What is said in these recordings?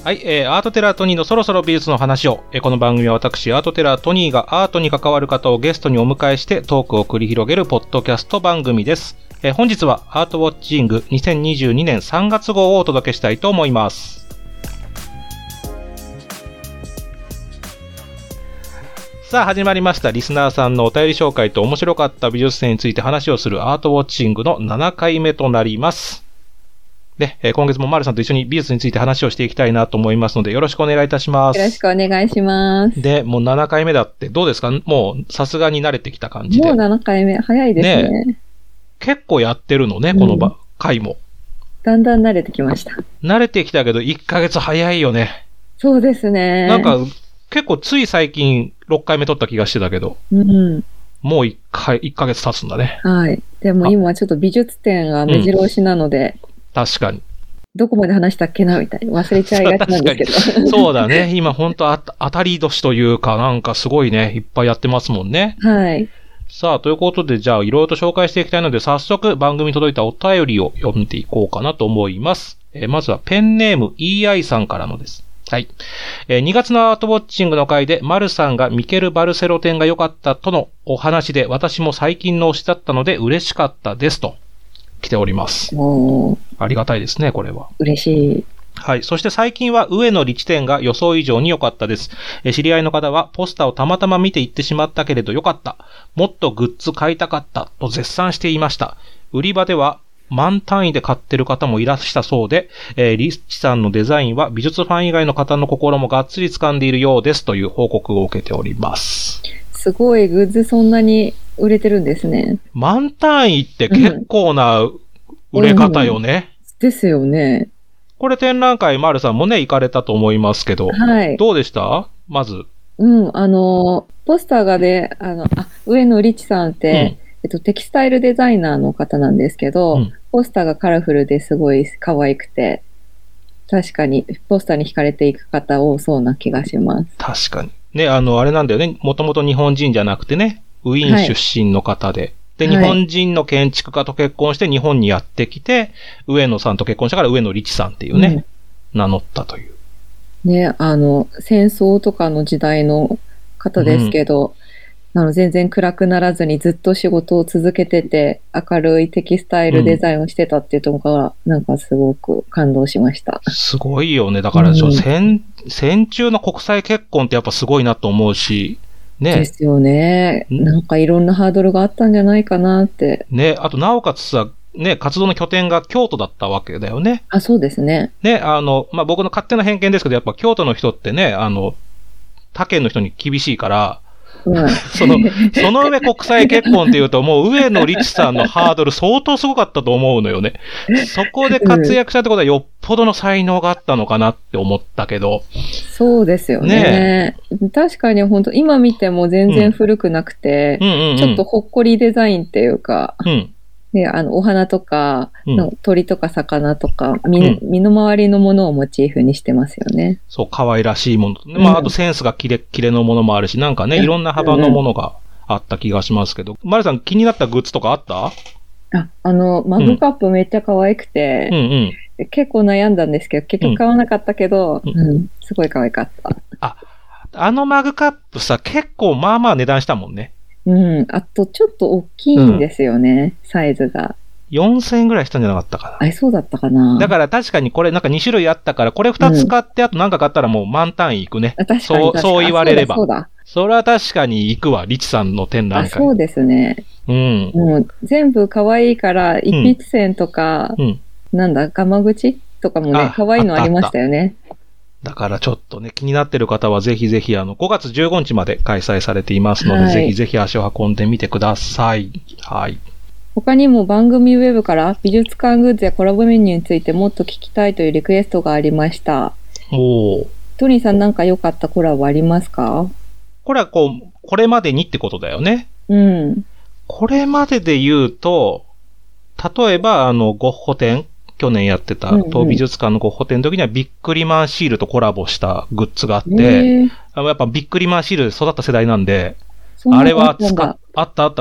はい、アートテラートニーのそろそろ美術の話を、この番組は私、アートテラートニーがアートに関わる方をゲストにお迎えしてトークを繰り広げるポッドキャスト番組です。本日はアートウォッチング2022年3月号をお届けしたいと思います。さあ始まりました。リスナーさんのお便り紹介と面白かった美術展について話をするアートウォッチングの7回目となります。で、今月も丸さんと一緒に美術について話をしていきたいなと思いますのでよろしくお願いいたします。 よろしくお願いします。 で、もう7回目だってどうですか？もうさすがに慣れてきた感じで。 もう7回目。早いですね。 結構やってるのね、この回も。 だんだん慣れてきました。 慣れてきたけど1ヶ月早いよね。 そうですね。 なんか結構つい最近6回目撮った気がしてたけど。 うん。 もう1ヶ月経つんだね。 はい。でも今ちょっと美術展が目白押しなので。 確かに。 どこまで話したっけなみたいに忘れちゃいがちなんですけど。 そうだね。今本当当たり年というかなんかすごいね、いっぱいやってますもんね。 はい。 さあ、ということでじゃあいろいろと紹介していきたいので早速番組に届いたお便りを読んでいこうかなと思います。まずはペンネーム EI さんからのです。はい。2月のアートウォッチングの回で、マルさんがミケル・バルセロ展が良かったとのお話で、私も最近の推しだったので嬉しかったですと来ております。ありがたいですね、これは。 嬉しい。 はい。そして最近は上野立展が予想以上に良かったです。知り合いの方はポスターをたまたま見て行ってしまったけれど良かった。もっとグッズ買いたかったと絶賛していました。売り場では万単位で買ってる方もいらしたそうで、リッチさんのデザインは美術ファン以外の方の心もがっつり掴んでいるようですという報告を受けております。 すごい、グッズそんなに売れてるんですね。 万単位って結構な売れ方よね。 ですよね。 これ展覧会、丸さんもね、行かれたと思いますけど、はい。どうでしたまず。 ポスターがで、上野リッチさんって、テキスタイルデザイナーの方なんですけど、ポスターがカラフルですごい可愛くて、確かにポスターに惹かれていく方多そうな気がします。 確かに。ね、あれなんだよね。もともと日本人じゃなくてね、ウィーン出身の方で。で、日本人の建築家と結婚して日本にやってきて、上野さんと結婚したから上野リチさんっていうね、名乗ったという。 ね、戦争とかの時代の方ですけど、全然暗くならずにずっと仕事を続けてて、明るいテキスタイルデザインをしてたっていうところが、なんかすごく感動しました。 すごいよね。だから、戦中の国際結婚ってやっぱすごいなと思うし、ね。 ですよね。なんかいろんなハードルがあったんじゃないかなって。 ね、あとなおかつさ、ね、活動の拠点が京都だったわけだよね。 あ、そうですね。 ね、僕の勝手な偏見ですけど、やっぱ京都の人ってね、他県の人に厳しいから、その上国際結婚っていうともう上野リチさんのハードル相当すごかったと思うのよね。そこで活躍したってことはよっぽどの才能があったのかなって思ったけど。 そうですよね。確かに本当今見ても全然古くなくて、ちょっとほっこりデザインっていうか、で、お花とか、鳥とか魚とか、身の回りのものをモチーフにしてますよね。 そう、可愛らしいもの。あとセンスがキレのものもあるし、なんかね、いろんな幅のものがあった気がしますけど。マリさん気になったグッズとかあった？ マグカップめっちゃ可愛くて、結構悩んだんですけど、結局買わなかったけど、すごい可愛かった。 マグカップさ、結構まあまあ値段したもんね。 あとちょっと大きいんですよね、サイズが。 4000円ぐらいしたんじゃなかったかな。 そうだったかな。 だから確かにこれなんか2種類あったから、これ2つ買ってあとなんか買ったらもう満単位いくね。そう言われれば。それは確かに行くわ、リチさんの展覧会。 そうですね。もう全部可愛いから、一筆線とか、ガマ口とかもね、可愛いのありましたよね。 だからちょっとね、気になってる方はぜひぜひ5月15日まで開催されていますので、ぜひぜひ足を運んでみてください。はい。 他にも番組ウェブから美術館グッズやコラボメニューについてもっと聞きたいというリクエストがありました。トニーさんなんか良かったコラボありますか？ これはこれまでにってことだよね。これまでで言うと、例えばゴッホ展、去年やってた東美術館のゴッホ展の時にはビックリマンシールとコラボしたグッズがあって、やっぱビックリマンシールで育った世代なんで、 あれはあった。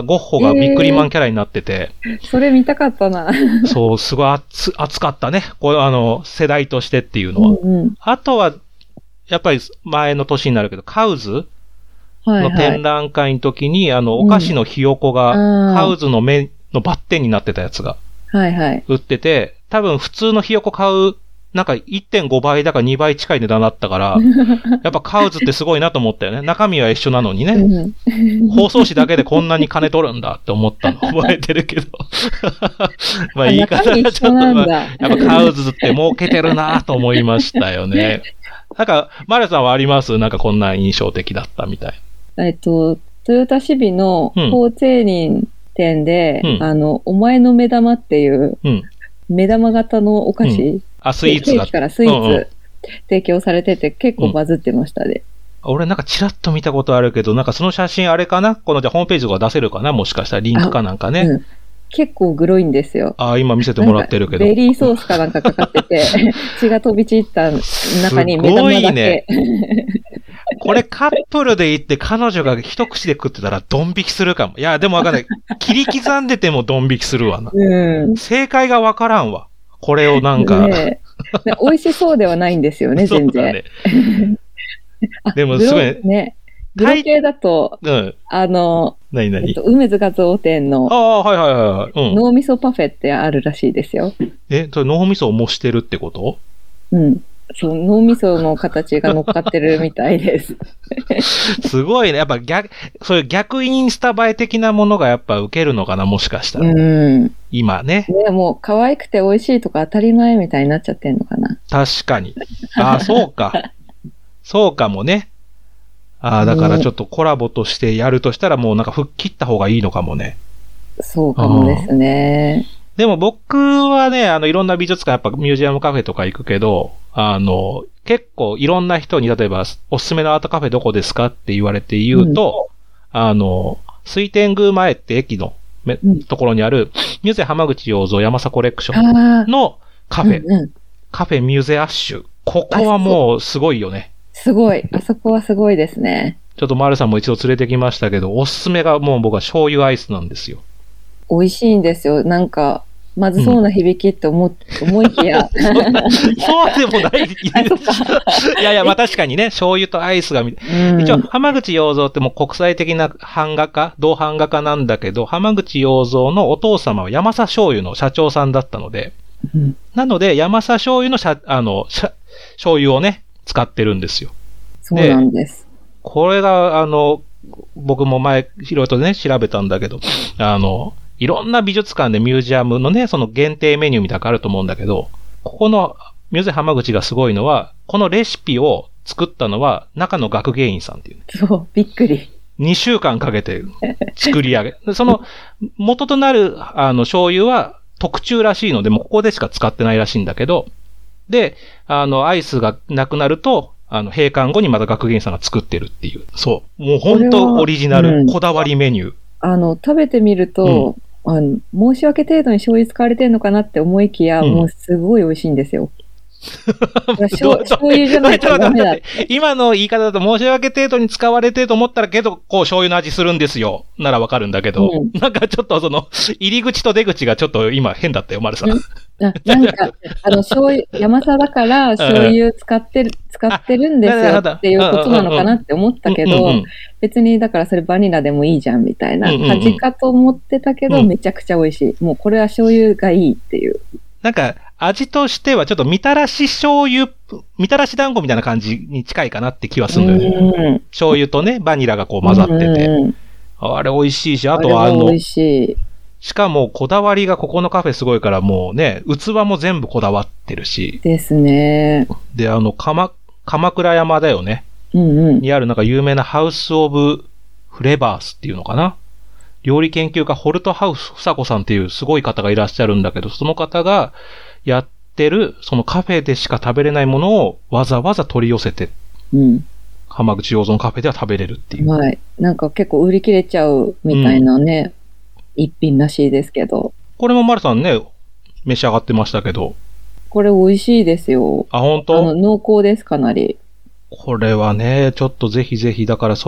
ゴッホがビックリマンキャラになってて。 それ見たかったな。 そう、すごい熱かったね。これ世代としてっていうのは。あとは、やっぱり前の年になるけど、カウズの展覧会の時に、お菓子のひよこが、カウズの目のバッテンになってたやつが、売ってて、多分普通のひよこ買う、なんか 1.5 倍だか2倍近い値段だったから、やっぱカウズってすごいなと思ったよね。中身は一緒なのにね。包装紙だけでこんなに金取るんだって思ったの覚えてるけど。まあ言い方がちょっと、やっぱカウズって儲けてるなと思いましたよね。なんか、マルさんはあります？なんかこんな印象的だったみたい。 トヨタシビのホーチェーニン店で、お前の目玉っていう、目玉型のお菓子、 スイーツが。 からスイーツ提供されてて結構バズってましたね。 俺なんかチラッと見たことあるけど、なんかその写真あれかな？このじゃあホームページとか出せるかな？もしかしたらリンクかなんかね。 結構グロいんですよ。 今見せてもらってるけど。 ベリーソースかなんかかかってて、血が飛び散った中に目玉だけ。すごいね。 これカップルで行って彼女が一口で食ってたらドン引きするかも。いや、でもわかんない。切り刻んでてもドン引きするわな。正解がわからんわ。これをなんか。 美味しそうではないんですよね、全然。ね、 でもすごいね。グロ系だと、梅津画像店の脳みそパフェってあるらしいですよ。 それ脳みそを模してるってこと？ そう、脳みその形が乗っかってるみたいです。 すごいね。やっぱそういう逆インスタ映え的なものがやっぱ受けるのかな、もしかしたら。今ね。 もう可愛くて美味しいとか当たり前みたいになっちゃってんのかな。 確かに。そうか。そうかもね。だからちょっとコラボとしてやるとしたらもうなんか吹っ切った方がいいのかもね。 そうかもですね。 でも僕はね、いろんな美術館、やっぱミュージアムカフェとか行くけど、結構いろんな人に、例えば、おすすめのアートカフェどこですかって言われて言うと、水天宮前って駅のところにある、ミュゼ浜口洋蔵山佐コレクションのカフェ、カフェミュゼアッシュ。ここはもうすごいよね。 すごい。あそこはすごいですね。 ちょっと丸さんも一度連れてきましたけど、おすすめがもう僕は醤油アイスなんですよ。 美味しいんですよ。なんか、まずそうな響きって思いきや。 そうでもない。いやいや、まあ確かにね、醤油とアイスが、一応、浜口洋蔵ってもう国際的な版画家、同版画家なんだけど、浜口洋蔵のお父様は山佐醤油の社長さんだったので、なので、山佐醤油の醤油をね、使ってるんですよ。 そうなんです。 これが、僕も前、いろいろとね、調べたんだけど、いろんな美術館でミュージアムのね、その限定メニューみたいなのがあると思うんだけど、ここのミュゼ浜口がすごいのは、このレシピを作ったのは中野学芸員さんっていう、ね。 そう、びっくり。 2週間かけて作り上げ。その元となる醤油は特注らしいので、もうここでしか使ってないらしいんだけど、で、アイスがなくなると、閉館後にまた学芸員さんが作ってるっていう。そう。もう本当オリジナル、こだわりメニュー。 食べてみると、申し訳程度に醤油使われてるのかなって思いきや、もうすごい美味しいんですよ。醤油じゃないとダメだって。 今の言い方だと申し訳程度に使われてると思ったらけど、こう醤油の味するんですよ。ならわかるんだけど、なんかちょっと入り口と出口がちょっと今変だったよ、丸さん。 なんか、醤油、山佐だから醤油使ってるんですよっていうことなのかなって思ったけど、別にだからそれバニラでもいいじゃんみたいな感じかと思ってたけど、めちゃくちゃ美味しい。もうこれは醤油がいいっていう。 なんか、味としてはちょっとみたらし醤油、みたらし団子みたいな感じに近いかなって気はするんだよね。醤油とね、バニラがこう混ざってて。あれ美味しいし、あとは美味しい。 しかもこだわりがここのカフェすごいからもうね、器も全部こだわってるし。 ですね。 で、鎌倉山だよね。にあるなんか有名なハウスオブフレバースっていうのかな。料理研究家ホルトハウス房子さんっていうすごい方がいらっしゃるんだけど、その方がやってる、そのカフェでしか食べれないものをわざわざ取り寄せて、浜口洋蔵のカフェでは食べれるっていう。 はい。なんか結構売り切れちゃうみたいなね、一品らしいですけど。 これも丸さんね、召し上がってましたけど。 これ美味しいですよ。 あ、本当？ 濃厚です、かなり。 これはね、ちょっとぜひぜひ、だからそういう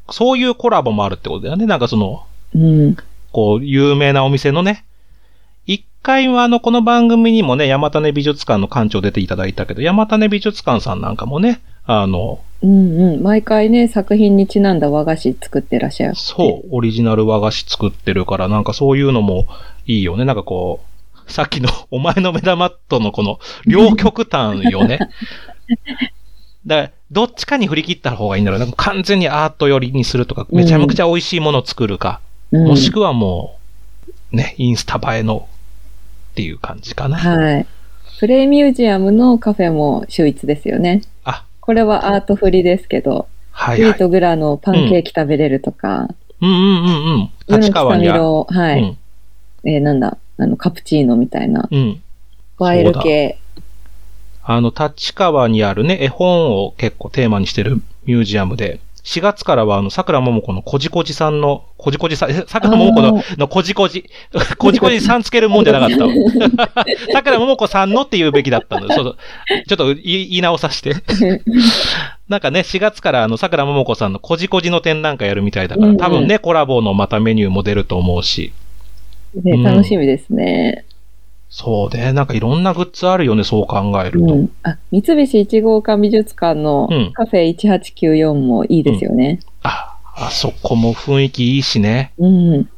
そういうコラボもあるってことだよね。なんかこう、有名なお店のね。一回はこの番組にもね、山種美術館の館長出ていただいたけど、山種美術館さんなんかもね、 毎回ね、作品にちなんだ和菓子作ってらっしゃる。 そう、オリジナル和菓子作ってるから、なんかそういうのもいいよね。なんかこう、さっきのお前の目玉とのこの両極端よね。だから、どっちかに振り切った方がいいんだろう。なんか完全にアート寄りにするとか、めちゃめちゃ美味しいものを作るか、もしくはもう、ね、インスタ映えのっていう感じかな。 はい。プレイミュージアムのカフェも秀逸ですよね。これはアート振りですけど、ビートグラのパンケーキ食べれるとか、 立川にある。 はい。カプチーノみたいな。ワイル系。 立川にあるね、絵本を結構テーマにしてるミュージアムで、4月からは桜桃子のこじこじさんの、桜桃子のこじこじさんつけるもんじゃなかったわ。桜桃子さんのって言うべきだったんだ。そうちょっと言い直させて。なんかね、4月から桜桃子さんのこじこじの展覧会やるみたいだから、多分ね、コラボのまたメニューも出ると思うし。 ね、楽しみですね。 そうね。なんかいろんなグッズあるよね、そう考えると。 三菱一号館美術館のカフェ1894もいいですよね。 あそこも雰囲気いいしね。 ロ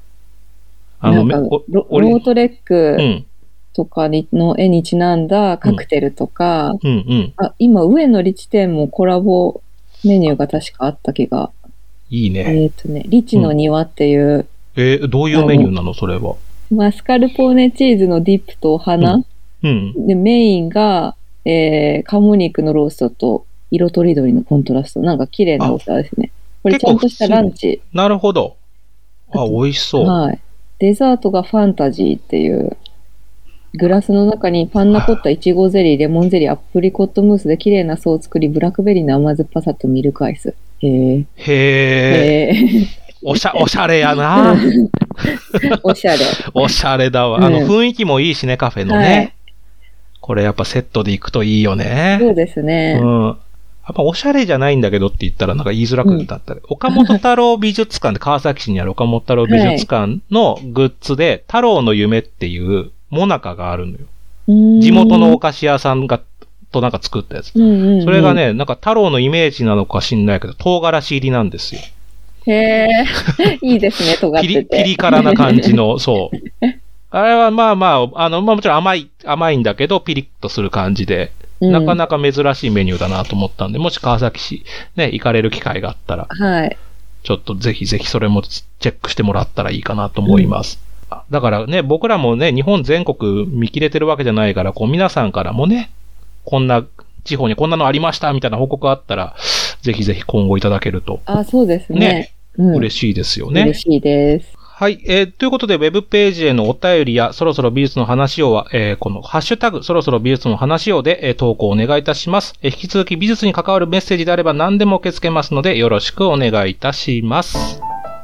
ートレックとかの絵にちなんだカクテルとか、今、上野リチ店もコラボメニューが確かあった気が。 いいね。 リチの庭っていう。 どういうメニューなの、それは。 マスカルポーネチーズのディップとお花、でメインが、鴨肉のローストと色とりどりのコントラスト。なんか綺麗なお皿ですね。これちゃんとしたランチ。 なるほど。美味しそう。 はい。デザートがファンタジーっていう、グラスの中にパンナコッタ、イチゴゼリー、レモンゼリー、アップリコットムースで綺麗な層を作り、ブラックベリーの甘酸っぱさとミルクアイス。へえ。おしゃれやな。 おしゃれ。 おしゃれだわ。雰囲気もいいしね、カフェのね。これやっぱセットで行くといいよね。 そうですね。 やっぱおしゃれじゃないんだけどって言ったらなんか言いづらくなったり。岡本太郎美術館で川崎市にある岡本太郎美術館のグッズで、太郎の夢っていうモナカがあるのよ。地元のお菓子屋さんとなんか作ったやつ。それがね、なんか太郎のイメージなのか知んないけど、唐辛子入りなんですよ。 へー、いいですね、尖ってて。 ピリ辛な感じの、そう。あれはまあまあ、もちろん甘いんだけど、ピリッとする感じで、なかなか珍しいメニューだなと思ったんで、もし川崎市ね、行かれる機会があったら、ちょっとぜひぜひそれもチェックしてもらったらいいかなと思います。だからね、僕らもね、日本全国見切れてるわけじゃないから、こう皆さんからもね、こんな地方にこんなのありましたみたいな報告あったら、ぜひぜひ今後いただけると。 そうですね。 嬉しいですよね。 嬉しいです。 はい。ということで、ウェブページへのお便りや、そろそろ美術の話をは、このハッシュタグ、そろそろ美術の話をで、投稿をお願いいたします。引き続き美術に関わるメッセージであれば何でも受け付けますので、よろしくお願いいたします。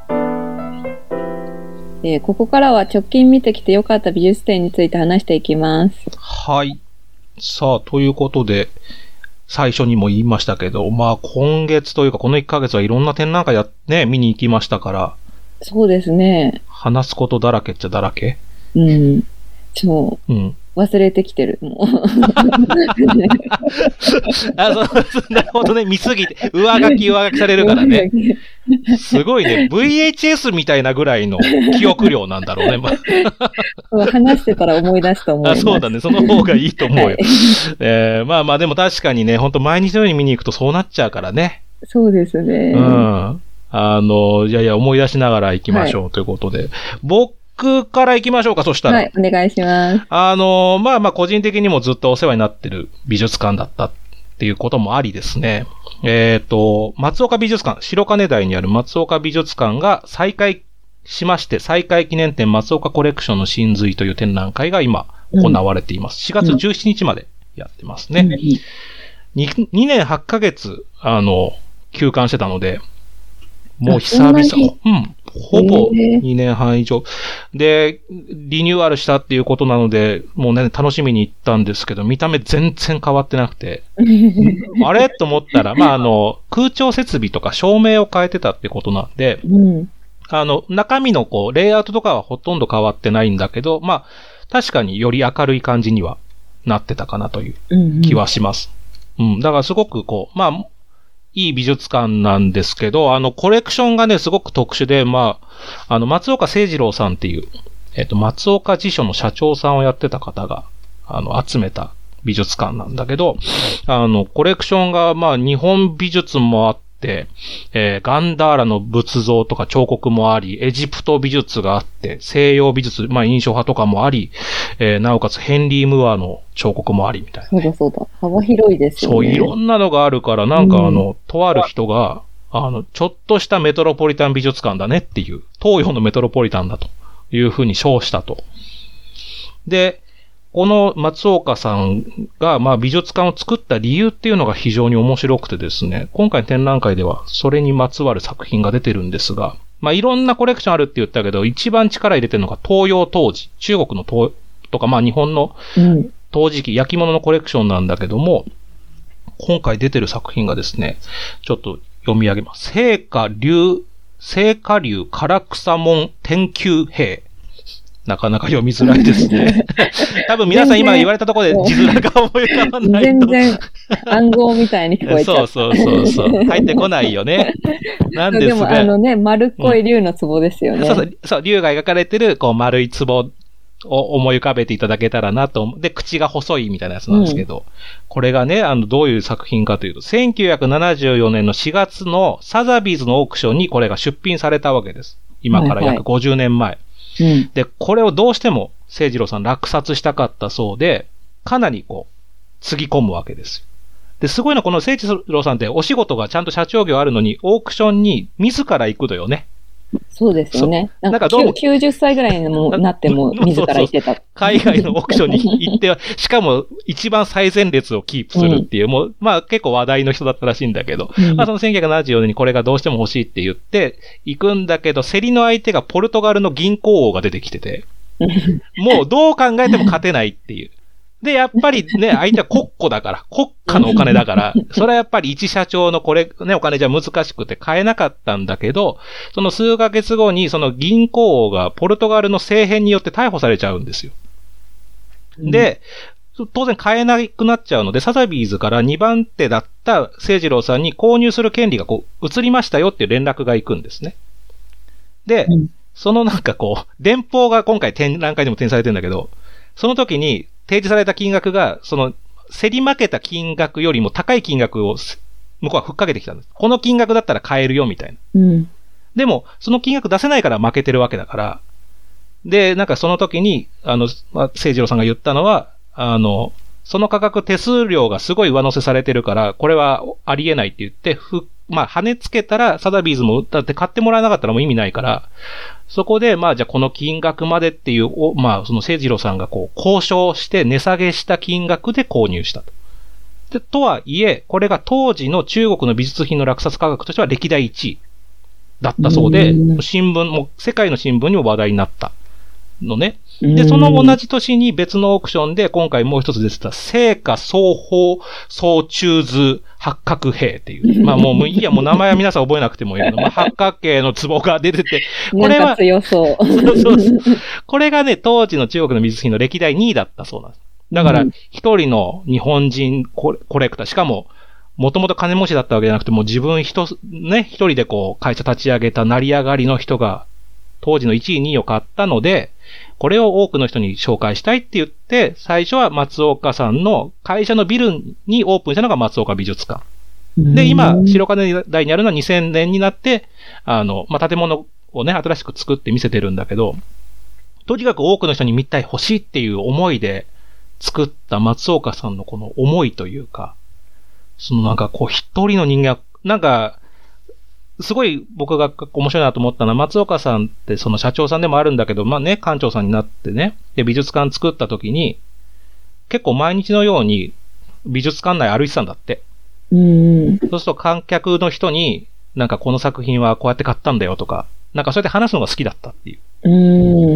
ここからは直近見てきてよかった美術展について話していきます。 はい。さあ、ということで、最初にも言いましたけど、まあ今月というかこの1ヶ月はいろんな展覧会見に行きましたから。 そうですね。 話すことだらけっちゃだらけ。 忘れてきてる。もうなるほどね。見すぎて、上書きされるからね。すごいね。VHS みたいなぐらいの記憶量なんだろうね。 話してたら思い出すと思います。 そうだね。その方がいいと思うよ。まあまあでも確かにね、本当毎日のように見に行くとそうなっちゃうからね。 そうですね。 いや思い出しながら行きましょうということで。僕から行きましょうか、そしたら。 はい、お願いします。 まあまあ個人的にもずっとお世話になってる美術館だったっていうこともありですね。松岡美術館、白金台にある松岡美術館が再開しまして、再開記念展松岡コレクションの真髄という展覧会が今行われています。4月17日までやってますね。2年8ヶ月、休館してたので、もう久々、 ほぼ2年半以上。で、リニューアルしたっていうことなので、もうね、楽しみに行ったんですけど、見た目全然変わってなくて。あれと思ったら、空調設備とか照明を変えてたってことなんで、中身のレイアウトとかはほとんど変わってないんだけど、確かにより明るい感じにはなってたかなという気はします。だからすごくいい美術館なんですけど、コレクションがね、すごく特殊で、松岡清次郎さんっていう、松岡辞書の社長さんをやってた方が、集めた美術館なんだけど、コレクションが、日本美術もあって、ガンダーラの仏像とか彫刻もあり、エジプト美術があって、西洋美術、印象派とかもあり、なおかつヘンリー・ムーアの彫刻もありみたいな、ね。 そうだ。幅広いですよね。 そう、いろんなのがあるから、とある人が、ちょっとしたメトロポリタン美術館だねっていう、東洋のメトロポリタンだというふうに称したと。で、この松岡さんが、美術館を作った理由っていうのが非常に面白くてですね、今回展覧会ではそれにまつわる作品が出てるんですが、いろんなコレクションあるって言ったけど、一番力入れてるのが東洋陶磁、中国のとか、日本の陶磁器、焼き物のコレクションなんだけども、今回出てる作品がですね、ちょっと読み上げます。聖火流唐草門天球兵。なかなか読みづらいですね。多分皆さん今言われたところで字面が思い浮かばないと。 全然暗号みたいに聞こえちゃう。 そう。入ってこないよね。なんですが。 でも丸っこい竜の壺ですよね。 そう、竜が描かれてる丸い壺を思い浮かべていただけたらなと。で、口が細いみたいなやつなんですけど、これがね、どういう作品かというと、1974年の4月のサザビーズのオークションにこれが出品されたわけです。今から約50年前。で、これをどうしても清次郎さん落札したかったそうで、かなりつぎ込むわけですよ。で、すごいのはこの清次郎さんってお仕事がちゃんと社長業あるのに、オークションに自ら行くのよね。 そうですよね。なんか90歳ぐらいになっても自ら行ってた。 海外のオークションに行って、しかも一番最前列をキープするっていう、結構話題の人だったらしいんだけど、その1974年にこれがどうしても欲しいって言って行くんだけど、競りの相手がポルトガルの銀行王が出てきてて、もうどう考えても勝てないっていう。で、やっぱりね、相手は国庫だから、国家のお金だから、それはやっぱり一社長のお金じゃ難しくて買えなかったんだけど、その数ヶ月後にその銀行王がポルトガルの政変によって逮捕されちゃうんですよ。で、当然買えなくなっちゃうので、サザビーズから2番手だった清次郎さんに購入する権利が移りましたよっていう連絡が行くんですね。で、その電報が今回展覧会でも展示されてるんだけど、その時に提示された金額が、競り負けた金額よりも高い金額を向こうはふっかけてきたんです。この金額だったら買えるよ、みたいな。でも、その金額出せないから負けてるわけだから。で、その時に、清次郎さんが言ったのは、その価格手数料がすごい上乗せされてるから、これはありえないって言って、跳ねつけたら、サザビーズも、だって買ってもらえなかったらもう意味ないから、そこで、じゃあこの金額までっていう、その清次郎さんが交渉して値下げした金額で購入したと。で、とはいえ、これが当時の中国の美術品の落札価格としては歴代1位だったそうで、世界の新聞にも話題になったのね。で、その同じ年に別のオークションで今回もう一つ出てた、聖火双方総中図八角兵っていう。もういいや、もう名前は皆さん覚えなくてもいいけど、八角形の壺が出てて、 これは、強そう。 これがね、当時の中国の美術品の歴代2位だったそうなんです。だから、一人の日本人コレクター、しかも、もともと金持ちだったわけじゃなくて、もう自分一人で会社立ち上げた成り上がりの人が、当時の1位、2位を買ったので、これを多くの人に紹介したいって言って、最初は松岡さんの会社のビルにオープンしたのが松岡美術館。で、今、白金台にあるのは2000年になって、建物をね、新しく作って見せてるんだけど、とにかく多くの人に見たい、欲しいっていう思いで作った松岡さんのこの思いというか、一人の人間すごい僕が面白いなと思ったのは、松岡さんってその社長さんでもあるんだけど、館長さんになってね、で、美術館作った時に、結構毎日のように美術館内歩いてたんだって。そうすると観客の人に、この作品はこうやって買ったんだよとか、 なんかそうやって話すのが好きだったっていう。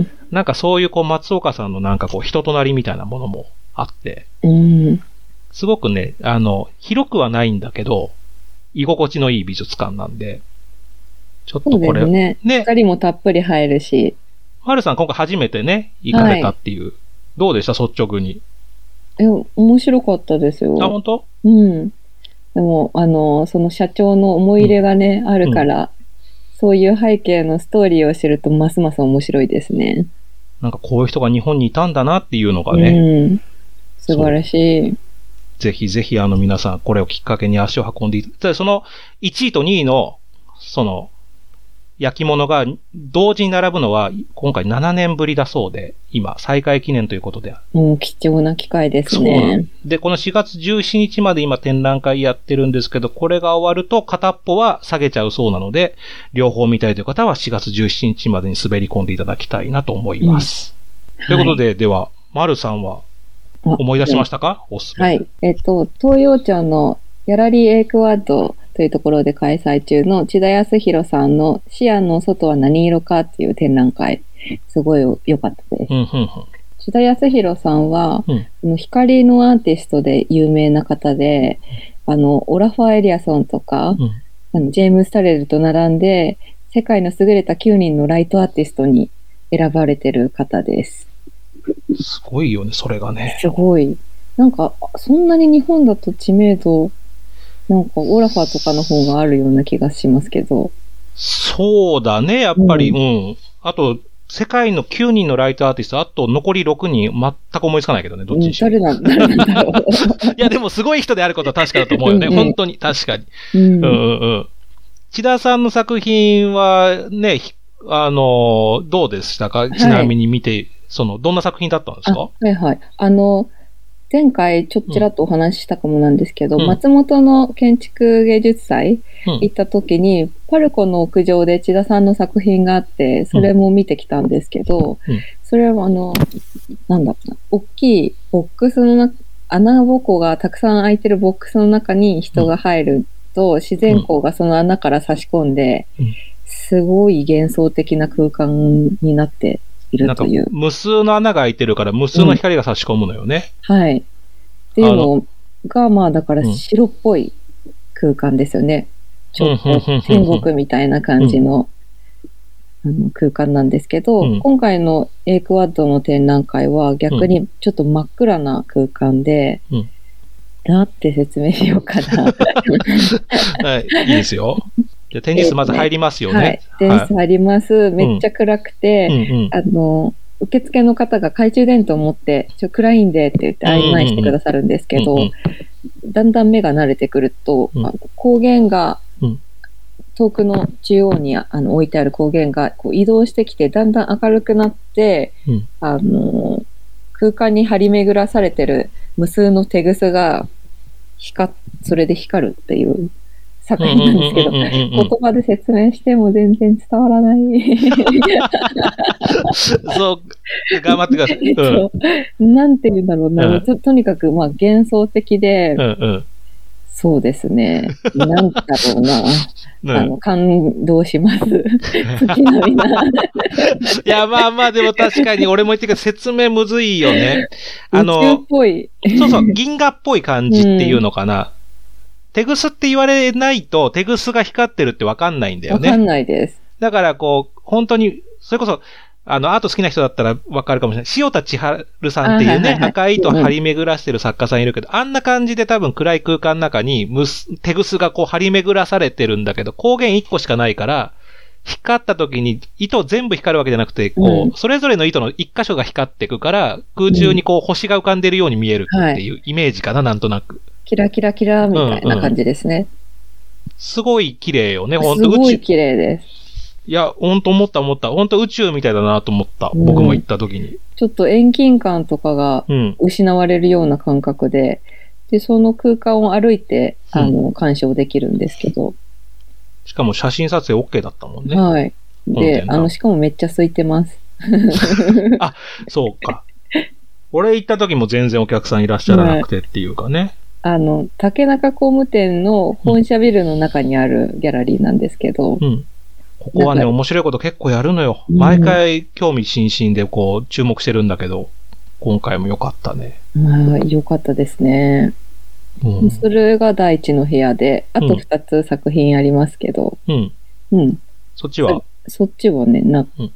なんかそういう松岡さんのなんか人となりみたいなものもあって。すごくね、広くはないんだけど、居心地のいい美術館なんで、ちょっとこれ。そうですね。光もたっぷり入るし。 はるさん今回初めてね、行かれたっていう。はい、どうでした率直に。 面白かったですよ。 あ、本当？ でも、その社長の思い入れがね、あるから、そういう背景のストーリーを知るとますます面白いですね。 なんかこういう人が日本にいたんだなっていうのがね。 素晴らしい。 ぜひぜひ皆さんこれをきっかけに足を運んでその1位と2位の、焼き物が同時に並ぶのは今回7年ぶりだそうで、今再開記念ということで。 貴重な機会ですね。 で、この4月17日まで今展覧会やってるんですけど、これが終わると片っぽは下げちゃうそうなので、両方見たいという方は4月17日までに滑り込んでいただきたいなと思います。ということで、では、丸さんは思い出しましたか？おすすめ。 はい。東洋町のギャラリーエイクワッドというところで開催中の千田康弘さんの視野の外は何色かっていう展覧会、すごい良かったです。千田康弘さんは、光のアーティストで有名な方で、オラファー・エリアソンとか、ジェームス・タレルと並んで、世界の優れた9人のライトアーティストに選ばれてる方です。 すごいよね、それがね。 すごい。なんか、そんなに日本だと知名度、なんか、オラファーとかの方があるような気がしますけど。 そうだね、やっぱり、あと、世界の9人のライトアーティスト、あと残り6人、全く思いつかないけどね、どっちにしろ。 誰なんだろう。 いや、でもすごい人であることは確かだと思うよね。本当に、確かに。千田さんの作品はね、どうでしたか？ちなみに見て、どんな作品だったんですか？ はいはい。前回ちらっとお話ししたかもなんですけど、松本の建築芸術祭行った時に、パルコの屋上で千田さんの作品があって、それも見てきたんですけど、それはなんだろうな、大きいボックスの穴ぼこがたくさん開いてるボックスの中に人が入ると、自然光がその穴から差し込んで、すごい幻想的な空間になっているという。 なんか無数の穴が開いてるから無数の光が差し込むのよね。 はい。っていうのが、だから白っぽい空間ですよね。ちょっと天国みたいな感じの、空間なんですけど、今回のエイクワッドの展覧会は逆にちょっと真っ暗な空間で、なんて説明しようかな。 はい、いいですよ。じゃ展示室まず入りますよね。 はい、展示室入ります。めっちゃ暗くて、受付の方が懐中電灯を持って、暗いんでって言って案内してくださるんですけど、だんだん目が慣れてくると、光源が、遠くの中央に置いてある光源がこう移動してきて、だんだん明るくなって、空間に張り巡らされてる無数のテグスがそれで光るっていう作品なんですけど、言葉で説明しても全然伝わらない。 そう、頑張ってください。 なんて言うんだろうな。とにかく、幻想的で、そうですね。なんだろうな。感動します。月並みな。いや、でも確かに俺も言ってるけど、説明むずいよね。 宇宙っぽい。 そうそう、銀河っぽい感じっていうのかな。テグスって言われないと、テグスが光ってるってわかんないんだよね。 わかんないです。 だから本当に、それこそ、アート好きな人だったらわかるかもしれない。塩田千春さんっていうね、赤い糸を張り巡らしてる作家さんいるけど、あんな感じで多分暗い空間の中にテグスが張り巡らされてるんだけど、光源1個しかないから、光った時に糸全部光るわけじゃなくて、それぞれの糸の1箇所が光っていくから、空中に星が浮かんでるように見えるっていうイメージかな、なんとなく。 キラキラキラみたいな感じですね。 すごい綺麗よね、 本当すごい綺麗です。 いや、本当思った。本当宇宙みたいだなと思った。僕も行った時に。 ちょっと遠近感とかが失われるような感覚で、で、その空間を歩いて、鑑賞できるんですけど。 しかも写真撮影 OK だったもんね。 はい。で、しかもめっちゃ空いてます。 あ、そうか。俺行った時も全然お客さんいらっしゃらなくてっていうかね。 竹中工務店の本社ビルの中にあるギャラリーなんですけど、 ここはね、面白いこと結構やるのよ。毎回興味津々でこう、注目してるんだけど、今回も良かったね。 良かったですね。それが第一の部屋で、あと2つ作品ありますけど。 そっちはそっちはね、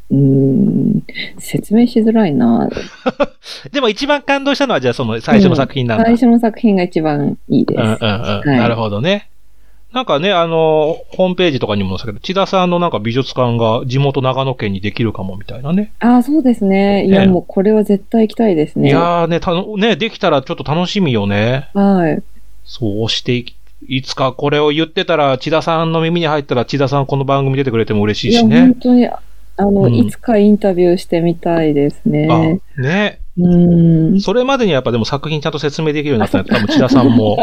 説明しづらいな。 でも一番感動したのはじゃあその最初の作品なんだ。 最初の作品が一番いいです。 なるほどね。なんかね、ホームページとかにも載せたけど、千田さんのなんか美術館が地元長野県にできるかもみたいなね。 そうですね。いや、もうこれは絶対行きたいですね。 いやーね、できたらちょっと楽しみよね。 はい。 そうしていつかこれを言ってたら、千田さんの耳に入ったら、千田さんこの番組出てくれても嬉しいしね。 いや、本当に、いつかインタビューしてみたいですね。 ね。それまでにやっぱでも作品ちゃんと説明できるようになったら、多分千田さんも。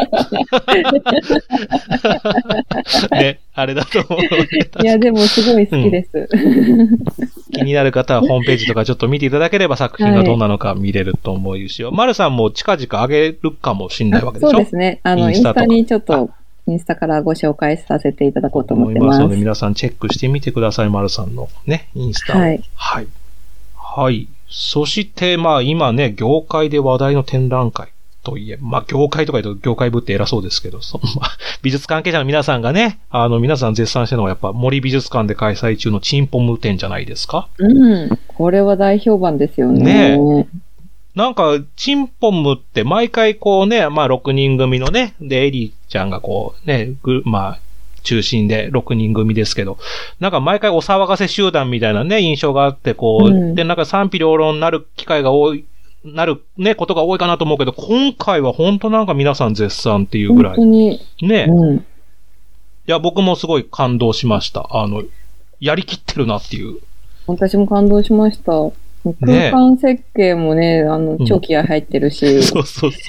ね、あれだと思う。 いや、でもすごい好きです。 気になる方はホームページとかちょっと見ていただければ作品がどうなのか見れると思うし、丸さんも近々上げるかもしれないわけでしょ？ そうですね。インスタにちょっと、インスタからご紹介させていただこうと思ってます。思いますので、皆さんチェックしてみてください、丸さんのね、インスタを。はい。はい。そして、今ね、業界で話題の展覧会といえ、業界とか言うと業界部って偉そうですけど、美術関係者の皆さんがね、皆さん絶賛してるのはやっぱ森美術館で開催中のチンポム展じゃないですか？ これは大評判ですよね。 なんか、チンポムって毎回こうね、6人組のね、で、エリちゃんがこうね、中心で6人組ですけど、なんか毎回お騒がせ集団みたいなね、印象があって、こう、で、なんか賛否両論になる機会がなるね、ことが多いかなと思うけど、今回は本当なんか皆さん絶賛っていうぐらい。 本当に。 ね。いや、僕もすごい感動しました。やりきってるなっていう。 私も感動しました。空間設計もね、超気合入ってるし。 そう。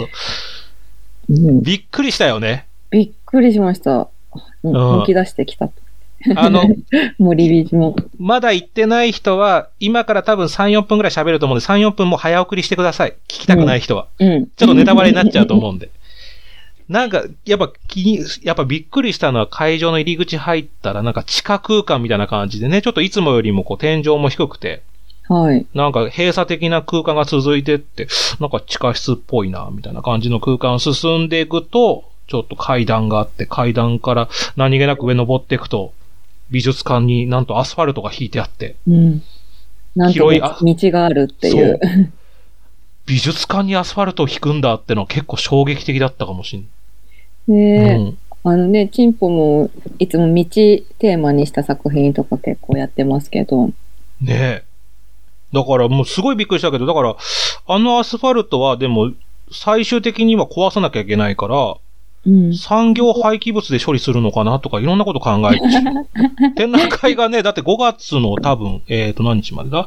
びっくりしたよね。 びっくりしました。本気出してきた。森美術も。 まだ行ってない人は、今から多分3、4分くらい喋ると思うんで、3、4分も早送りしてください。聞きたくない人は。ちょっとネタバレになっちゃうと思うんで。なんか、やっぱびっくりしたのは会場の入り口入ったら、なんか地下空間みたいな感じでね、ちょっといつもよりもこう天井も低くて、なんか閉鎖的な空間が続いてって、なんか地下室っぽいな、みたいな感じの空間を進んでいくと、ちょっと階段があって、階段から何気なく上登っていくと、美術館になんとアスファルトが引いてあって、 なんと道があるっていう。 美術館にアスファルトを引くんだってのは結構衝撃的だったかもしれない。チンポもいつも道テーマにした作品とか結構やってますけど。 ねえ。だからもうすごいびっくりしたけど、だからアスファルトはでも最終的には壊さなきゃいけないから、産業廃棄物で処理するのかなとかいろんなこと考えて。展覧会がね、だって5月の多分、何日までだ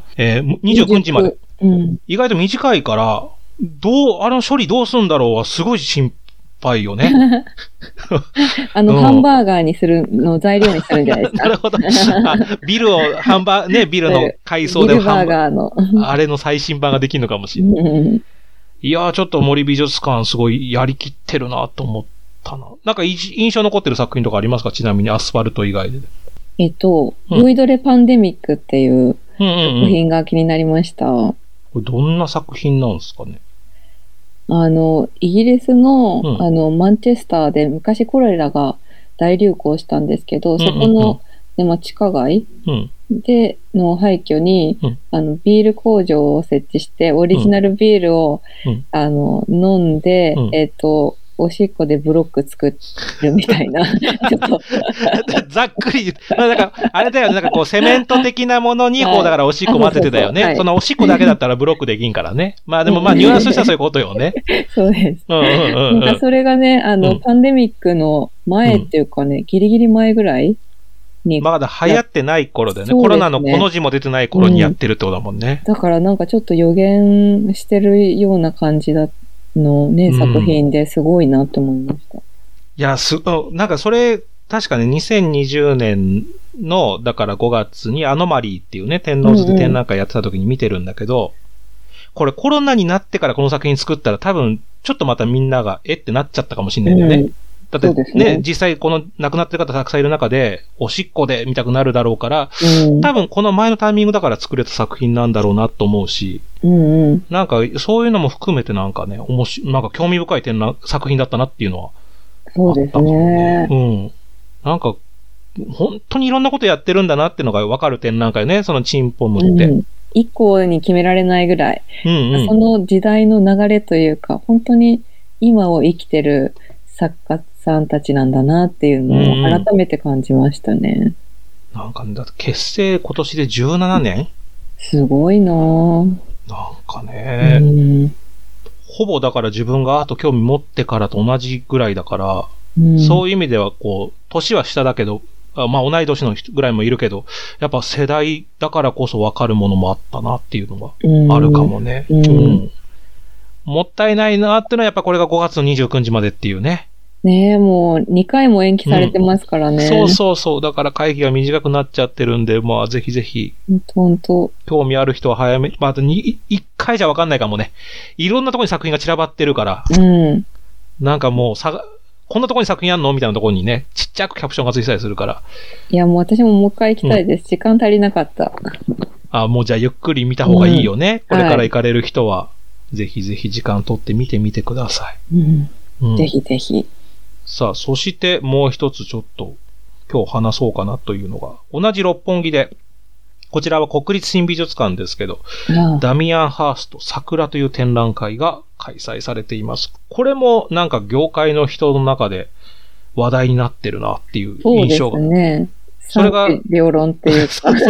29日まで。意外と短いから、処理どうすんだろうはすごい心配よね。 ハンバーガーにするの材料にするんじゃないですか。 なるほど。ビルを、ビルの改装でビルバーガーの。 あれの最新版ができるのかもしれない。いやー、ちょっと森美術館すごいやりきってるなと思ったな。なんか印象残ってる作品とかありますか？ちなみにアスファルト以外で。 ボイドレパンデミックっていう作品が気になりました。これどんな作品なんですかね？ イギリスの、マンチェスターで昔コレラが大流行したんですけど、そこの、地下街、での廃墟に、ビール工場を設置して、オリジナルビールを、飲んで、おしっこでブロック作るみたいな。ちょっとざっくり、なんか、あれだよね、なんかこう、セメント的なものに、こう、だからおしっこ混ぜてたよね。そのおしっこだけだったらブロックできんからね。でもニュアンスしたらそういうことよね。 そうです。なんかそれがね、パンデミックの前っていうかね、ギリギリ前ぐらいに。 まだ流行ってない頃だよね。コロナのこの字も出てない頃にやってるってことだもんね。 だからなんかちょっと予言してるような感じだのね、作品ですごいなと思いました。 いや、なんかそれ、確かね、2020年の、だから5月にアノマリーっていうね、天王寺で展覧会やってた時に見てるんだけど、これコロナになってからこの作品作ったら多分、ちょっとまたみんなが、ってなっちゃったかもしれないんだよね。 だってね、実際この亡くなってる方たくさんいる中で、おしっこで見たくなるだろうから、多分この前のタイミングだから作れた作品なんだろうなと思うし、なんかそういうのも含めてなんかね、なんか興味深い作品だったなっていうのは、 そうですね。 なんか、本当にいろんなことやってるんだなっていうのがわかる展覧会ね、そのチンポムって。 一個に決められないぐらい、その時代の流れというか、本当に今を生きてる作家さんたちなんだなっていうのを改めて感じましたね。 なんかね、だって結成今年で17年？ すごいなぁ。 なんかね、ほぼだから自分がアート興味持ってからと同じぐらいだから、そういう意味ではこう、年は下だけど、まあ同い年の人ぐらいもいるけど、やっぱ世代だからこそ分かるものもあったなっていうのがあるかもね。もったいないなってのはやっぱこれが5月の29日までっていうね。 ねえ、もう2回も延期されてますからね。 そう。だから会期が短くなっちゃってるんで、まあぜひぜひ。 本当。 興味ある人は早め、まあ1回じゃ分かんないかもね。いろんなところに作品が散らばってるから。なんかもうこんなとこに作品あんのみたいなところにね、ちっちゃくキャプションがついてたりするから。 いや、もう私ももう一回行きたいです。時間足りなかった。 もうじゃあゆっくり見た方がいいよね。これから行かれる人は、ぜひぜひ時間取って見てみてください。 ぜひぜひ。 さあ、そしてもう一つちょっと今日話そうかなというのが、同じ六本木で、こちらは国立新美術館ですけど、ダミアン・ハースト桜という展覧会が開催されています。これもなんか業界の人の中で話題になってるなっていう印象が。 そうですね。それが、両論っていうか。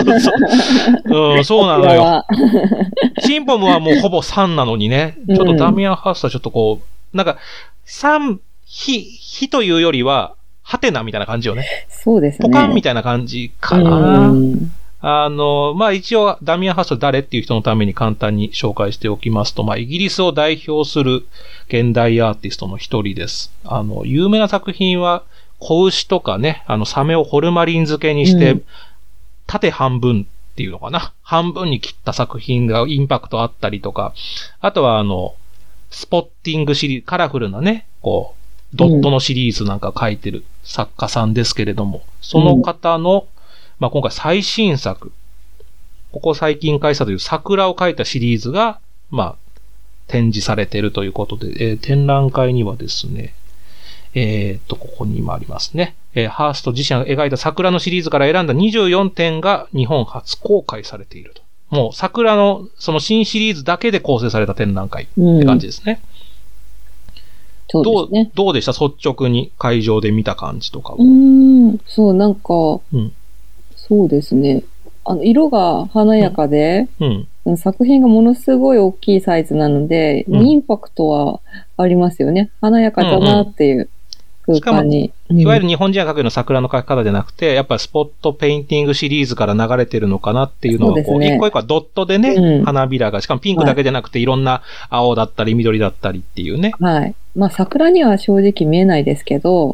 そうなのよ。シンポムはもうほぼ3なのにね、ちょっとダミアン・ハーストはちょっとこう、なんか3、火というよりは、ハテナみたいな感じよね。 そうですね。 ポカンみたいな感じかな。まあ一応ダミアン・ハースト誰っていう人のために簡単に紹介しておきますと、まあイギリスを代表する現代アーティストの一人です。有名な作品は、子牛とかね、サメをホルマリン漬けにして、縦半分っていうのかな。半分に切った作品がインパクトあったりとか、あとはスポッティングシリーズ、カラフルなね、こう、ドットのシリーズなんか書いてる作家さんですけれども、その方の、まあ今回最新作、ここ最近開催という桜を描いたシリーズが、まあ、展示されているということで、展覧会にはですね、ここに今ありますね。ハースト自身が描いた桜のシリーズから選んだ24点が日本初公開されていると。もう桜のその新シリーズだけで構成された展覧会って感じですね。 そうですね。 どうでした率直に会場で見た感じとかは。 そう、なんか、そうですね。色が華やかで、作品がものすごい大きいサイズなので、インパクトはありますよね。華やかだなっていう空間に。 いわゆる日本人が描くような桜の描き方じゃなくて、やっぱりスポットペインティングシリーズから流れてるのかなっていうのが、こう、一個一個はドットでね、花びらが、しかもピンクだけじゃなくていろんな青だったり緑だったりっていうね。 はい。まあ桜には正直見えないですけど、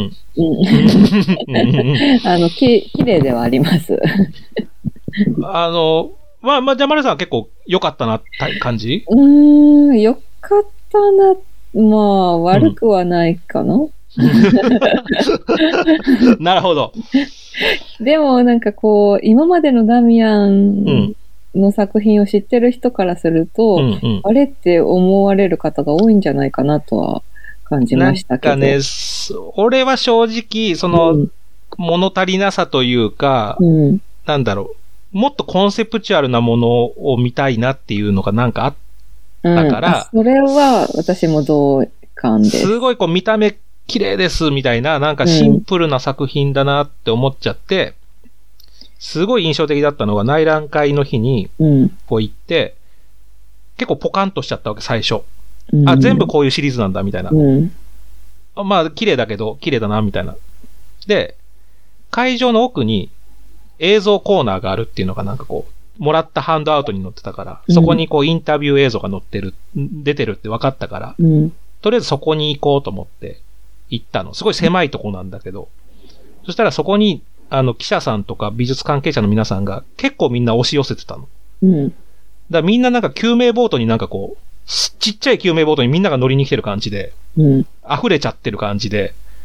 綺麗ではあります。 まあ、じゃあ、マルさんは結構良かったなって感じ？ 良かったな。まあ、悪くはないかな。 なるほど。 でも、なんかこう、今までのダミアンの作品を知ってる人からすると、あれって思われる方が多いんじゃないかなとは感じましたけど。 なんかね、俺は正直、その、物足りなさというか、なんだろう、もっとコンセプチュアルなものを見たいなっていうのがなんかあったから、 それは私も同感です。 すごいこう見た目綺麗ですみたいな、なんかシンプルな作品だなって思っちゃって、すごい印象的だったのが内覧会の日に、こう行って、結構ポカンとしちゃったわけ、最初。全部こういうシリーズなんだ、みたいな。まあ、綺麗だけど、綺麗だな、みたいな。で、会場の奥に映像コーナーがあるっていうのがなんかこう、もらったハンドアウトに載ってたから、そこにこうインタビュー映像が出てるって分かったから、とりあえずそこに行こうと思って行ったの。すごい狭いとこなんだけど、そしたらそこに、記者さんとか美術関係者の皆さんが結構みんな押し寄せてたの。だからみんななんか救命ボートになんかこう、ちっちゃい救命ボートにみんなが乗りに来てる感じで、溢れちゃってる感じで、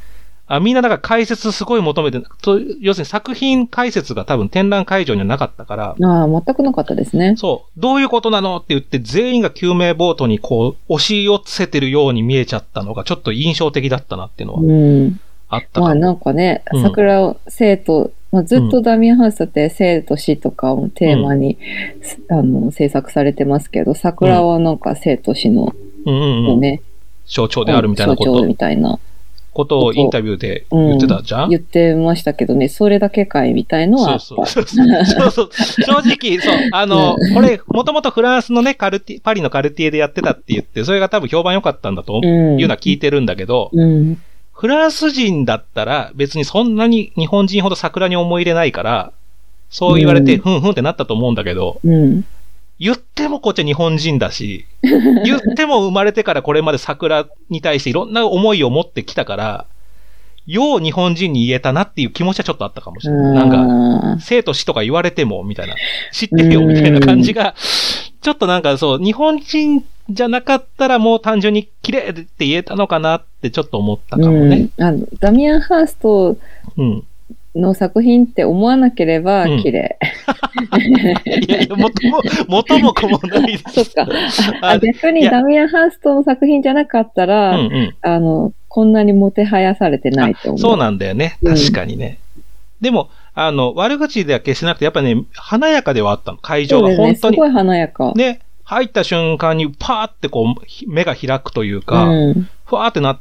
みんなだから解説すごい求めて、要するに作品解説が多分展覧会場にはなかったから。 全くなかったですね。 そう。どういうことなのって言って全員が救命ボートにこう押し寄せてるように見えちゃったのがちょっと印象的だったなっていうのはあったかも。 なんかね、桜を生徒、ずっとダミアンハウスって生と死とかをテーマに、制作されてますけど、桜はなんか生と死の、ね、 象徴であるみたいなこと。 象徴みたいな。 ことをインタビューで言ってたじゃん、 言ってましたけどね、それだけかいみたいのはあった。 そう。正直、そう、これ、もともとフランスのね、パリのカルティエでやってたって言って、それが多分評判良かったんだというのは聞いてるんだけど、フランス人だったら別にそんなに日本人ほど桜に思い入れないから、そう言われて、ふんってなったと思うんだけど、言ってもこっちは日本人だし、言っても生まれてからこれまで桜に対していろんな思いを持ってきたから、よう日本人に言えたなっていう気持ちはちょっとあったかもしれない。なんか、生と死とか言われても、みたいな、知ってるよ、みたいな感じが、ちょっとなんかそう、日本人じゃなかったらもう単純に綺麗って言えたのかなってちょっと思ったかもね。 ダミアン・ハーストの作品って思わなければ綺麗。 いや、元も子もないです。 そっか。逆にダミアン・ハーストの作品じゃなかったら、こんなにもてはやされてないと思う。 そうなんだよね。確かにね。でも、悪口では決してなくて、やっぱね、華やかではあったの。会場が本当に。 すごい華やか。 ね、入った瞬間にパーってこう、目が開くというか、ふわーってなって、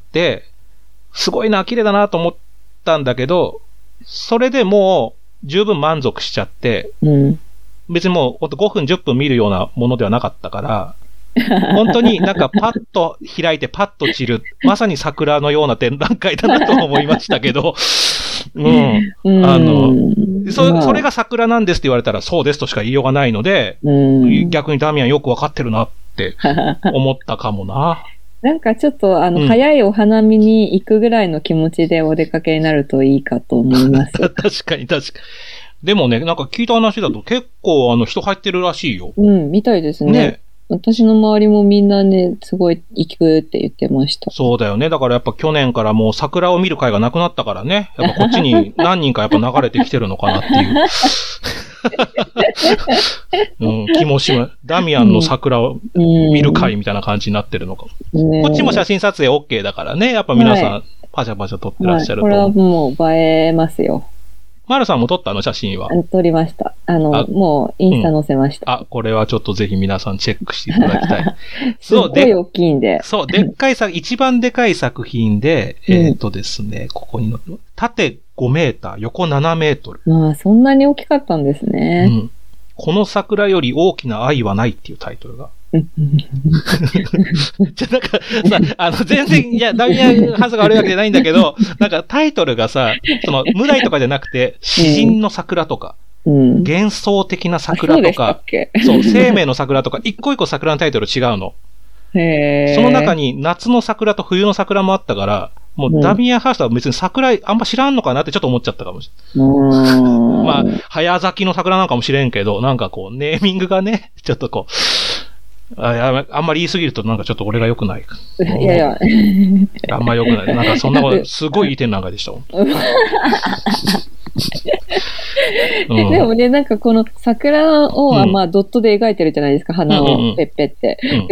すごいな、綺麗だなと思ったんだけど、それでもう十分満足しちゃって、別にもう5分10分見るようなものではなかったから、本当になんかパッと開いてパッと散る、まさに桜のような展覧会だなと思いましたけど、それが桜なんですって言われたらそうですとしか言いようがないので、逆にダミアンよくわかってるなって思ったかもな。 なんかちょっと早いお花見に行くぐらいの気持ちでお出かけになるといいかと思います。 確かに。でもね、なんか聞いた話だと結構人入ってるらしいよ。 みたいですね。私の周りもみんなね、すごい行くって言ってました。 そうだよね。だからやっぱ去年からもう桜を見る会がなくなったからね。やっぱこっちに何人かやっぱ流れてきてるのかなっていう。気もします。ダミアンの桜を見る会みたいな感じになってるのかも。こっちも写真撮影 OK だからね。やっぱ皆さんパシャパシャ撮ってらっしゃると。 これはもう映えますよ。 マルさんも撮った写真は？ 撮りました。もうインスタ載せました。 これはちょっとぜひ皆さんチェックしていただきたい。 すごい大きいんで。 そう、一番でかい作品で、ですね、ここに縦5メーター、横7メートル。 そんなに大きかったんですね。 この桜より大きな愛はないっていうタイトルが。なんか全然、いや、ダミアンハウスが悪いわけじゃないんだけど、なんかタイトルがさ、無題とかじゃなくて、詩人の桜とか、幻想的な桜とか、生命の桜とか、一個一個桜のタイトル違うの。その中に夏の桜と冬の桜もあったから、もうダミアンハウスは別に桜あんま知らんのかなってちょっと思っちゃったかもしれない。早咲きの桜なんかもしれんけど、なんかこう、ネーミングがね、ちょっとこう、あんまり言い過ぎるとなんかちょっと俺が良くない。 いや。 あんま良くない。なんかそんなこと、すごいいい展覧会でしたもん。 でもね、なんかこの桜を、ドットで描いてるじゃないですか、花をペッペって。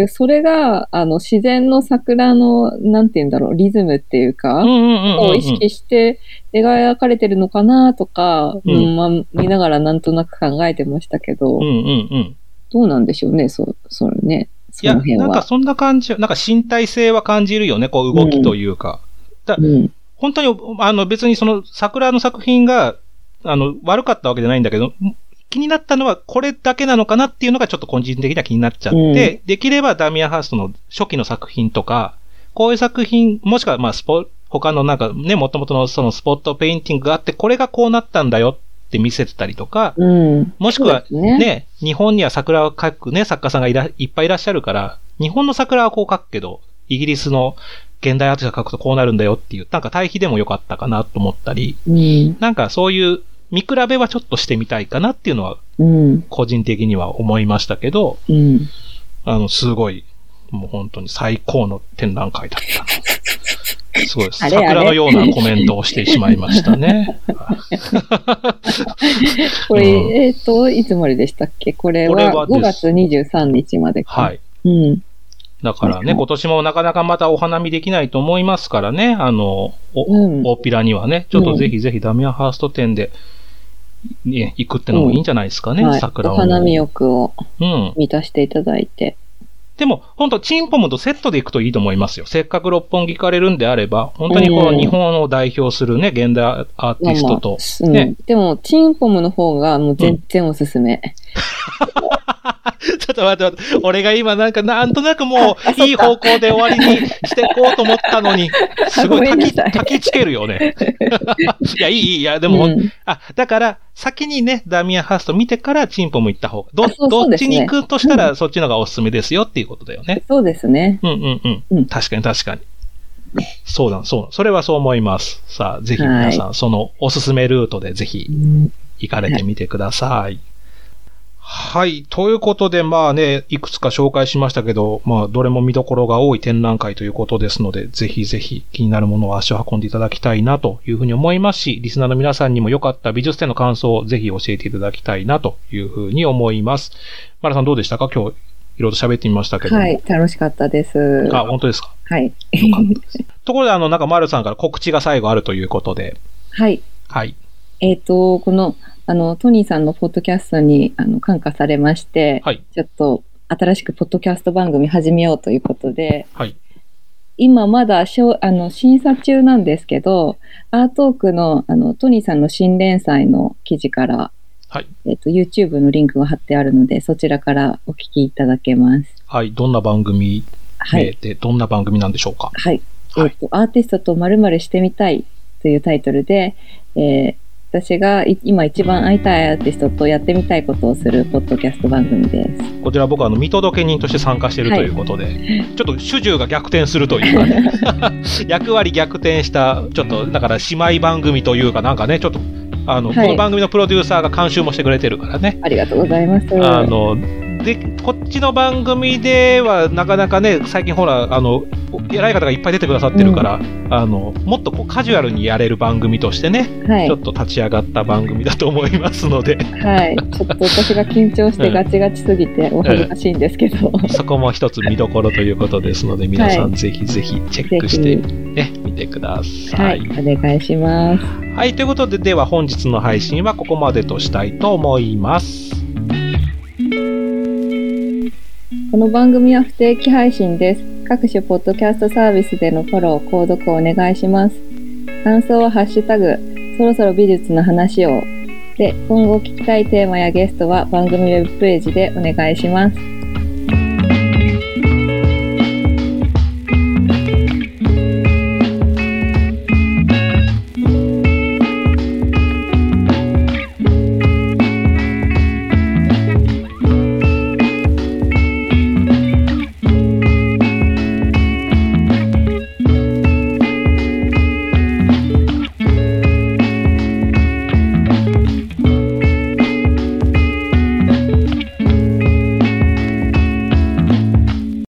それが、自然の桜の、なんて言うんだろう、リズムっていうか、を意識して描かれてるのかなとか、見ながらなんとなく考えてましたけど、どうなんでしょうね、それね。 いや、なんかそんな感じ、なんか身体性は感じるよね、こう動きというか。本当に、別にその桜の作品が、悪かったわけじゃないんだけど、気になったのはこれだけなのかなっていうのがちょっと個人的には気になっちゃって、できればダミアンハウスの初期の作品とか、こういう作品、もしくは他のなんかね、元々のそのスポットペインティングがあって、これがこうなったんだよって見せてたりとか、もしくはね、日本には桜を描くね、作家さんがいっぱいいらっしゃるから、日本の桜はこう描くけど、イギリスの現代アーティストが描くとこうなるんだよっていう、なんか対比でもよかったかなと思ったり、なんかそういう見比べはちょっとしてみたいかなっていうのは、個人的には思いましたけど、すごい、もう本当に最高の展覧会だった。 そうです。桜のようなコメントをしてしまいましたね。 これ、いつまででしたっけ？これは5月23日までか。 はい。 うん。 だからね、今年もなかなかまたお花見できないと思いますからね、大っぴらにはね、ちょっとぜひぜひダミアンハースト店で、ね、行くってのもいいんじゃないですかね、 はい、 桜を。 お花見欲を満たしていただいて。 でも、本当チンポムとセットで行くといいと思いますよ。せっかく六本木行かれるんであれば、本当にこの日本を代表するね、現代アーティストと。ね、 でも、チンポムの方がもう全然おすすめ。 ちょっと待って。俺が今なんとなくもういい方向で終わりにしていこうと思ったのに、すごい焚きつけるよね。いや、いや、でも、だから、先にね、ダミアンハースト見てからチンポム行った方が、どっちに行くとしたらそっちのがおすすめですよっていうことだよね。 そうですね。 確かに。そうだ。それはそう思います。さあ、ぜひ皆さん、そのおすすめルートでぜひ行かれてみてください。はい。ということで、まあね、いくつか紹介しましたけど、まあ、どれも見どころが多い展覧会ということですので、ぜひぜひ気になるものを足を運んでいただきたいなというふうに思いますし、リスナーの皆さんにも良かった美術展の感想をぜひ教えていただきたいなというふうに思います。マラさんどうでしたか？今日、いろいろと喋ってみましたけど。 はい。楽しかったです。 あ、本当ですか？ はい。 ところで、なんかマルさんから告知が最後あるということで。 はい。 はい。 この、トニーさんのポッドキャストに、感化されまして、 はい、 ちょっと、新しくポッドキャスト番組始めようということで、 はい、 今まだ審査中なんですけど、アートークの、トニーさんの新連載の記事から、 はい、 YouTube のリンクが貼ってあるので、そちらからお聞きいただけます。 はい、どんな番組で、どんな番組なんでしょうか？ はい。アーティストと〇〇してみたいというタイトルで、私が今一番会いたいアーティストとやってみたいことをするポッドキャスト番組です。 こちら僕は見届け人として参加しているということで、ちょっと主従が逆転するというかね役割逆転したちょっとだから姉妹番組というかなんかねちょっとこの番組のプロデューサーが監修もしてくれてるからね。 ありがとうございます。 でこっちの番組ではなかなかね最近ほら偉い方がいっぱい出てくださってるから、もっとこうカジュアルにやれる番組としてね、ちょっと立ち上がった番組だと思いますので、 はい、ちょっと私が緊張してガチガチすぎてお恥ずかしいんですけど、 そこも一つ見どころということですので皆さんぜひぜひチェックしてね見てください。 はい、お願いします。 はい、ということででは本日の配信はここまでとしたいと思います。 この番組は不定期配信です。各種ポッドキャストサービスでのフォロー、購読をお願いします。感想はハッシュタグ、そろそろ美術の話を。で、今後聞きたいテーマやゲストは番組ウェブページでお願いします。